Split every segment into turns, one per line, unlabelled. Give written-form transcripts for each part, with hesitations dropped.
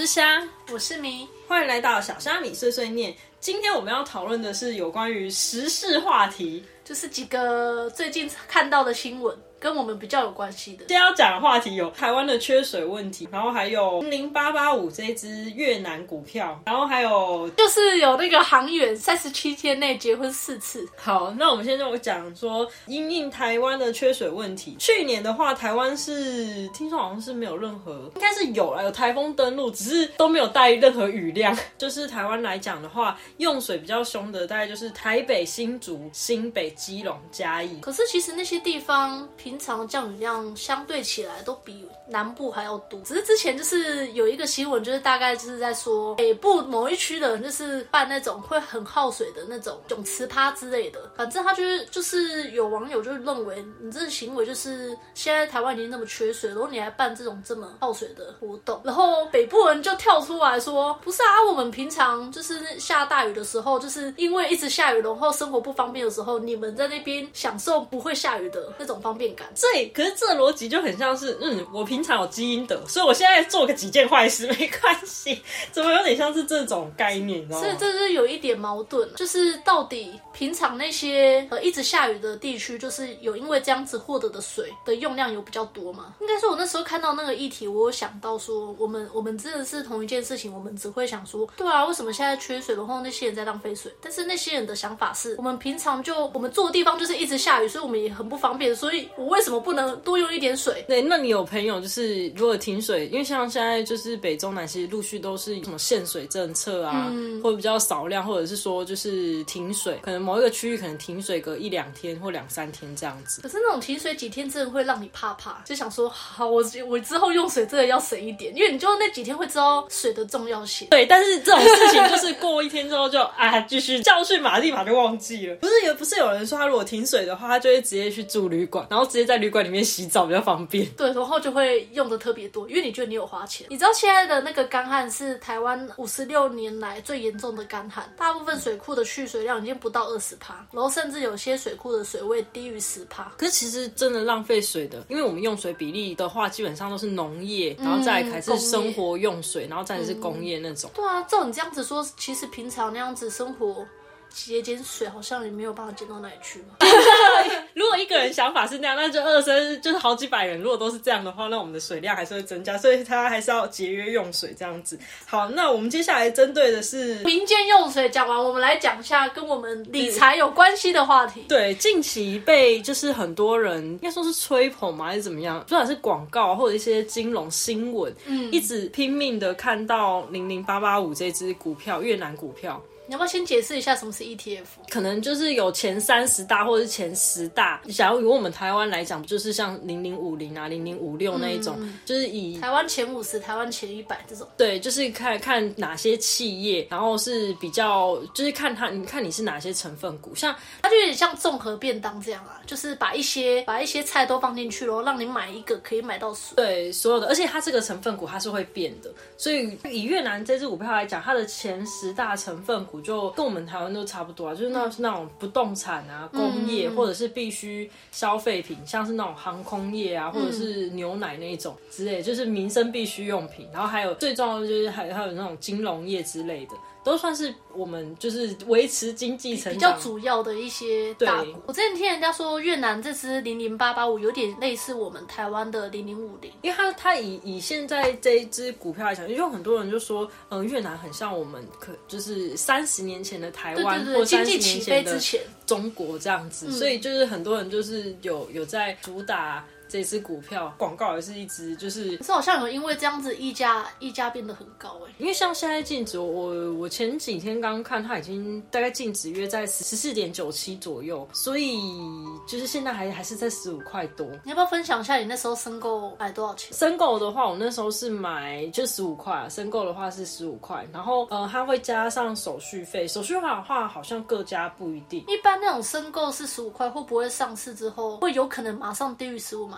是虾，
我是迷，
欢迎来到小虾米碎碎念。今天我们要讨论的是有关于时事话题，
就是几个最近看到的新闻，跟我们比较有关系的。
今天要讲的话题有台湾的缺水问题，然后还有00885这支越南股票，然后还有
就是有那个航员37天内结婚4次。
好，那我们现在就讲说因应台湾的缺水问题。去年的话，台湾是听说好像是没有任何，应该是有啦，有台风登陆，只是都没有带任何雨量。就是台湾来讲的话，用水比较凶的大概就是台北、新竹、新北、基隆、嘉义。
可是其实那些地方平常降雨量相对起来都比南部还要多。只是之前就是有一个新闻，就是大概就是在说北部某一区的人就是办那种会很耗水的那种泳池趴之类的。反正他就是有网友就认为你这个行为就是现在台湾已经那么缺水，然后你还办这种这么耗水的活动。然后北部人就跳出来说，不是啊，我们平常就是下大雨的时候，就是因为一直下雨，然后生活不方便的时候，你们在那边享受不会下雨的那种方便感。
可是这个逻辑就很像是，我平常有积阴德，所以我现在做个几件坏事没关系，怎么有点像是这种概念，你知道吗？
所以这是有一点矛盾，就是到底平常那些一直下雨的地区，就是有因为这样子获得的水的用量有比较多吗？应该说我那时候看到那个议题，我有想到说，我们真的是同一件事情，我们只会想说，对啊，为什么现在缺水，然后那些人在浪费水？但是那些人的想法是，我们平常我们住的地方就是一直下雨，所以我们也很不方便，所以我为什么不能多用一点水？
对，那你有朋友就是如果停水，因为像现在就是北中南其实陆续都是什么限水政策啊，或者比较少量，或者是说就是停水，可能某一个区域可能停水个1-2天或2-3天这样子。
可是那种停水几天真的会让你怕，就想说好，我之后用水真的要省一点，因为你就那几天会知道水的重要性。
对，但是这种事情就是过一天之后就继续教训马立马就忘记了。不是有人说他如果停水的话，他就会直接去住旅馆，然后直接在旅馆里面洗澡比较方便。
对，然后就会用的特别多，因为你觉得你有花钱。你知道现在的那个干旱是台湾56年来最严重的干旱，大部分水库的蓄水量已经不到20%，然后甚至有些水库的水位低于10%。
可是其实真的浪费水的，因为我们用水比例的话，基本上都是农业，然后再来才是生活用水，然后再来是工业那种。
对啊，照你这样子说，其实平常那样子生活节俭水好像也没有办法减到哪里去嘛。
如果一个人想法是那样，那就二生就是好几百人，如果都是这样的话，那我们的水量还是会增加，所以他还是要节约用水这样子。好，那我们接下来针对的是
民间用水讲完，我们来讲一下跟我们理财有关系的话题。
对，近期被就是很多人应该说是吹捧嘛，还是怎么样，不管是广告或者一些金融新闻，一直拼命的看到00885这支股票，越南股票。
你要不要先解释一下什么是 ETF？
可能就是有前30大或者是前10大，假如以我们台湾来讲，就是像0050啊、0056那一种，就是以
台湾前50、台湾前100这种。对，
就是看哪些企业，然后是比较就是看你是哪些成分股，像
它就有点像综合便当这样啊，就是把一些菜都放进去，然后让你买一个可以买到水。
对，所有的，而且它这个成分股它是会变的，所以以越南这支股票来讲，它的前10大成分股就跟我们台湾都差不多啊，就是那种不动产啊、工业，或者是必须消费品，像是那种航空业啊，或者是牛奶那一种之类的，就是民生必需用品。然后还有最重要的就是还有那种金融业之类的，都算是我们就是维持经济成长
比较主要的一些大股。我之前听人家说，越南这支00885有点类似我们台湾的0050，
因为它以现在这一支股票来讲，因为很多人就说，越南很像我们就是30年前的台湾，
对，
或
经济
30
起
年前的
飞之前
中国这样子，所以就是很多人就是有在主打这支股票，广告也是一直就是，
可是好像有因为这样子溢价变得很高
因为像现在净值，我前几天刚看，它已经大概净值约在14.97左右，所以就是现在还是在15块多。
你要不要分享一下你那时候申购买多少钱？
申购的话，我那时候是买就15块，申购的话是15块，然后它会加上手续费，手续费的话好像各家不一定。
一般那种申购是15块，会不会上市之后会有可能马上低于15吗？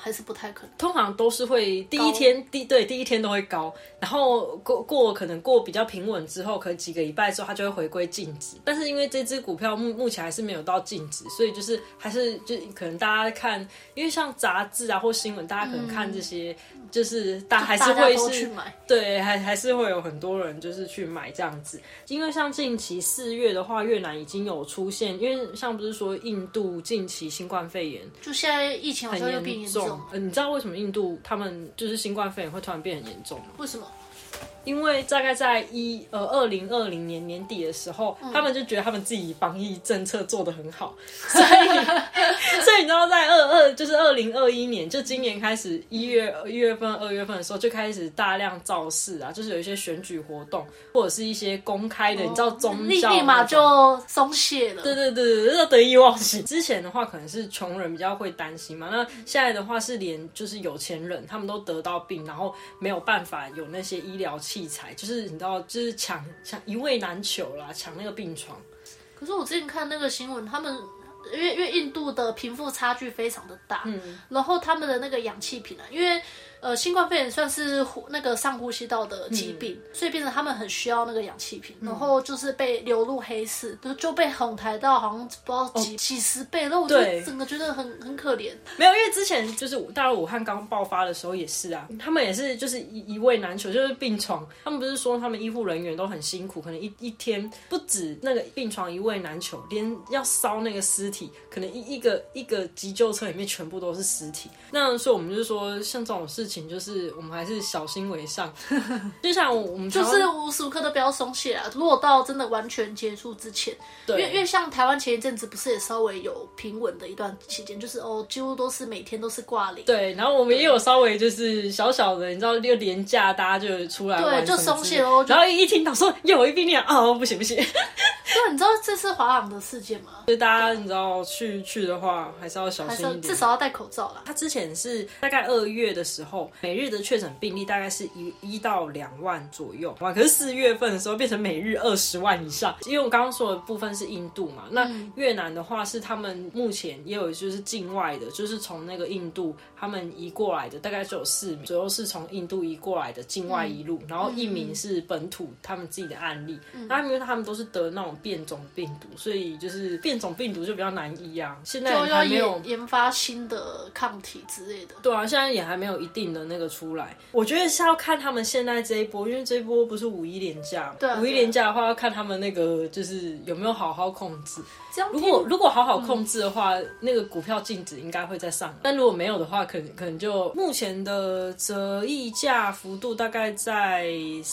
还是不太可能？
通常都是会第一天第一天都会高，然后可能过比较平稳之后，可能几个礼拜之后它就会回归净值。但是因为这支股票目前还是没有到净值，所以就是还是就可能大家看，因为像杂志啊或新闻，大家可能看这些，就是大家还是会是
去买，
对，还是会有很多人就是去买这样子。因为像近期4月的话，越南已经有出现，因为像不是说印度近期新冠肺炎
就现在疫情好像又变严重。
你知道为什么印度他们就是新冠肺炎会突然变很严重吗？
为什么？
因为大概在2020年年底的时候，他们就觉得他们自己防疫政策做得很好，所以你知道在就是2021年，就今年开始1月份、2月份的时候就开始大量造势啊，就是有一些选举活动或者是一些公开的，你知道宗教
立马就松懈了。
对，要得意忘形。之前的话可能是穷人比较会担心嘛，那现在的话是连就是有钱人他们都得到病，然后没有办法有那些医疗器材，就是你知道，就是抢一位难求啦，抢那个病床。
可是我之前看那个新闻，他们因为印度的贫富差距非常的大，然后他们的那个氧气瓶啊，因为新冠肺炎算是那个上呼吸道的疾病，所以变成他们很需要那个氧气瓶，然后就是被流入黑市，就被哄抬到好像不知道几十倍，然后我就整个觉得很可怜。
没有，因为之前就是大陆武汉刚爆发的时候也是啊，他们也是就是一位难求，就是病床，他们不是说他们医护人员都很辛苦，可能一天不止那个病床一位难求，连要烧那个尸体，可能一个急救车里面全部都是尸体。那所以我们就说，像这种事情，就是我们还是小心为上。就像我们
就是无时无刻都不要松懈啊！如果到真的完全结束之前，因为像台湾前一阵子不是也稍微有平稳的一段期间，就是几乎都是每天都是挂零。
对，然后我们也有稍微就是小小的，你知道，又连假大家就出来玩，
对，就松懈咯。
然后一听到说有一病例不行。
对，你知道这是华航的事件吗？
所以大家你知道去的话，还是要小心一点，
至少要戴口罩啦。
他之前是大概2月的时候，每日的确诊病例大概是1到2万左右，哇！可是4月份的时候变成每日20万以上。因为我刚刚说的部分是印度嘛，那越南的话是他们目前也有就是境外的，就是从那个印度他们移过来的，大概就有4名左右是从印度移过来的境外移入，然后1名是本土他们自己的案例。那因为他们都是得那种变种病毒，所以就是变种病毒就比较难医啊。现在还没有
研发新的抗体之类的。
对啊，现在也还没有一定的那个出来。我觉得是要看他们现在这一波，因为这一波不是5·1连假，
对啊
，5·1连假的话要看他们那个就是有没有好好控制。
这样
如果好好控制的话，那个股票净值应该会再上。但如果没有的话，可能就目前的折溢价幅度大概在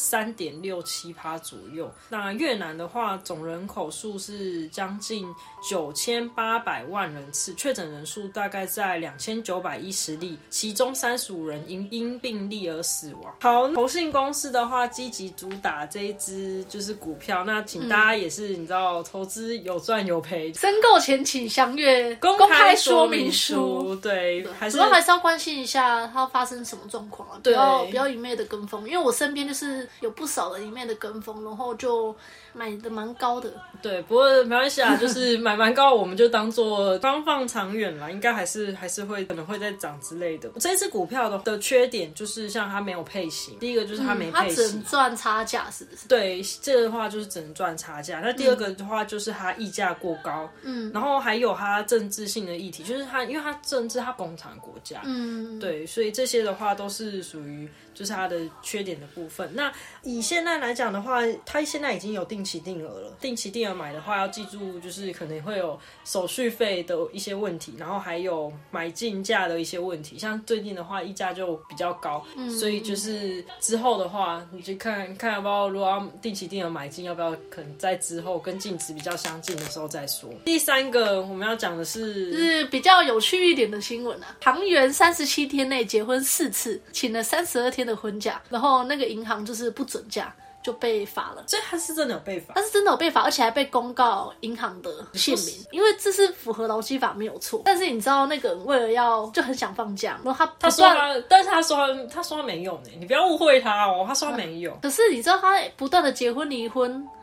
3.67%左右。那越南的话，总人口数是将近9800万人次，确诊人数大概在2910例，其中35人因病例而死亡。好，投信公司的话积极主打这一支就是股票，那请大家也是你知道投资有赚有赔。
申购前请详阅公开说明书。
对，
主要还是要关心一下它发生什么状况啊，不要一昧的跟风。因为我身边就是有不少人一昧的跟风，然后就买的蛮高的。
对，不过没关系啊，就是买蛮高，我们就当做方放长远啦，应该还是会可能会再涨之类的。这支股票的缺点就是像它没有配息，第一个就是它没配息，
它只能赚差价，是不是？
对，这个的话就是只能赚差价。那第二个的话就是它溢价过高，然后还有它政治性的议题，就是因为它政治，它共产国家，对，所以这些的话都是属于就是它的缺点的部分。那以现在来讲的话，它现在已经有定期定额了，定期定额买的话要记住，就是可能会有手续费的一些问题，然后还有买进价的一些问题。像最近的话，溢价就比较高，所以就是之后的话，你就看要不要，如果要定期定额买进，要不要可能在之后跟净值比较相近的时候再说。第三个我们要讲的是
比较有趣一点的新闻啊，航员37天内结婚4次，请了32天的婚假，然后那个银行就是不准假，就被罚了。
所以他是真的有被罚，
他是真的有被罚，而且还被公告银行的姓名，因为这是符合劳基法没有错。但是你知道那个人为了就很想放假，然后
他说但是他说他没有呢，你不要误会他哦，他说他没有。
可是你知道他不断的结婚离婚，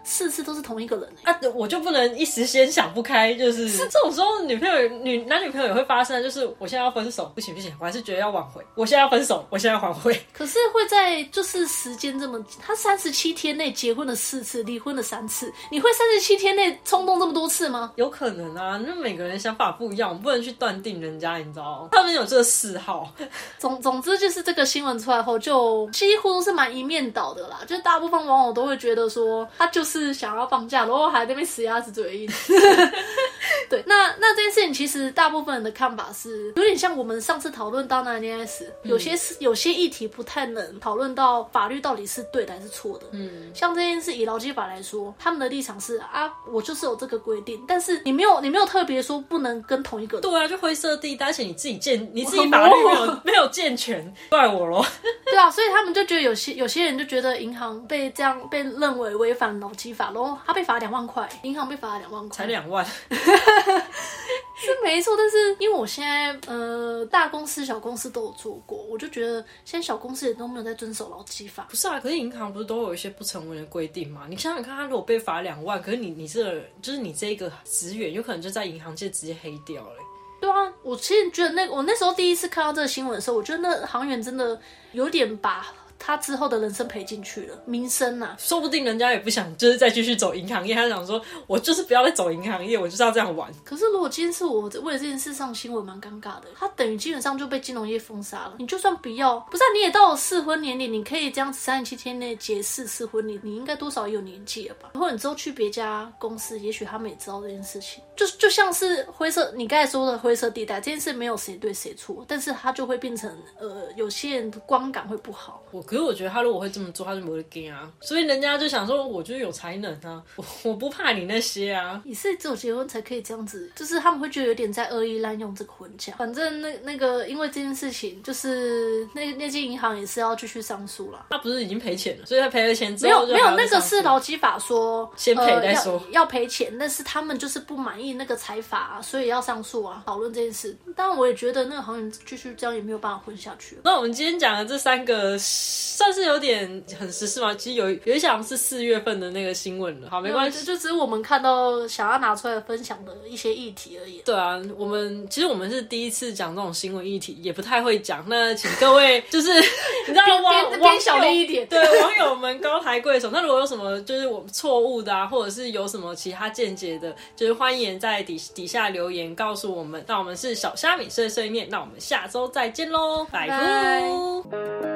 4次都是同一个人
啊，我就不能一时先想不开，就是这种时候男女朋友也会发生，就是我现在要分手，不行，我还是觉得要挽回，我现在要分手，我现在要挽回。
可是会在就是时间这么，他37天内结婚了4次，离婚了3次，你会37天内冲动这么多次吗？
有可能啊，那每个人想法不一样，我们不能去断定人家，你知道吗？他们有这个嗜好。
总之就是这个新闻出来后，就几乎都是蛮一面倒的啦，就大部分网友都会觉得说他就是想要放假，然后还在那边死鸭子嘴硬。对，那这件事情其实大部分人的看法是有点像我们上次讨论到那 NS， 有些议题不太能讨论到法律到底是对的还是错的。像这件事以劳基法来说，他们的立场是啊，我就是有这个规定，但是你没有特别说不能跟同一个人。
对啊，就灰色地带，而且你自己法律没有健全，怪我咯。
对啊，所以他们就觉得有些人就觉得银行被这样被认为违反劳基法，然后他被罚2万块，银行被罚了2万块，
才2万。
是没错，但是因为我现在大公司小公司都有做过，我就觉得现在小公司也都没有在遵守劳基法。
不是啊，可是银行不是都有一些不成文的规定吗？你想想看，他如果被罚2万，可是你就是你这个职员，有可能就在银行界直接黑掉了。
对啊，我其实觉得我那时候第一次看到这个新闻的时候，我觉得那行员真的有点把他之后的人生赔进去了，名声啊，
说不定人家也不想就是再继续走银行业，他想说我就是不要再走银行业，我就是要这样玩。
可是如果今天是我为了这件事上新闻，蛮尴尬的，他等于基本上就被金融业封杀了。你就算不要，不是你也到了适婚年龄，你可以这样子37天内结4次婚礼，你应该多少也有年纪了吧？然后你之后去别家公司，也许他们也知道这件事情，就像是灰色，你刚才说的灰色地带，这件事没有谁对谁错，但是它就会变成有些人的观感会不好。
可是我觉得他如果会这么做，他就不会给啊，所以人家就想说，我就是有才能啊，我不怕你那些啊。
你是只有结婚才可以这样子，就是他们会觉得有点在恶意滥用这个婚假。反正那个因为这件事情，就是那间银行也是要继续上诉啦。
他不是已经赔钱了，所以他赔了钱之后
没有那个是劳基法说
先赔再说，
要赔钱，但是他们就是不满意那个裁罚，所以要上诉啊，讨论这件事。当然我也觉得那个行业继续这样也没有办法混下去。
那我们今天讲的这3个算是有点很时事吗？其实有一项是4月份的那个新闻了。好，没关系，
就只是我们看到想要拿出来分享的一些议题而已。
对啊，其实我们是第一次讲这种新闻议题，也不太会讲。那请各位就是你知道
偏小力一点，
对网友们高抬贵手。那如果有什么就是我们错误的啊，或者是有什么其他见解的，就是欢迎在底下留言告诉我们。那我们是小虾米碎碎念，那我们下周再见喽，拜拜。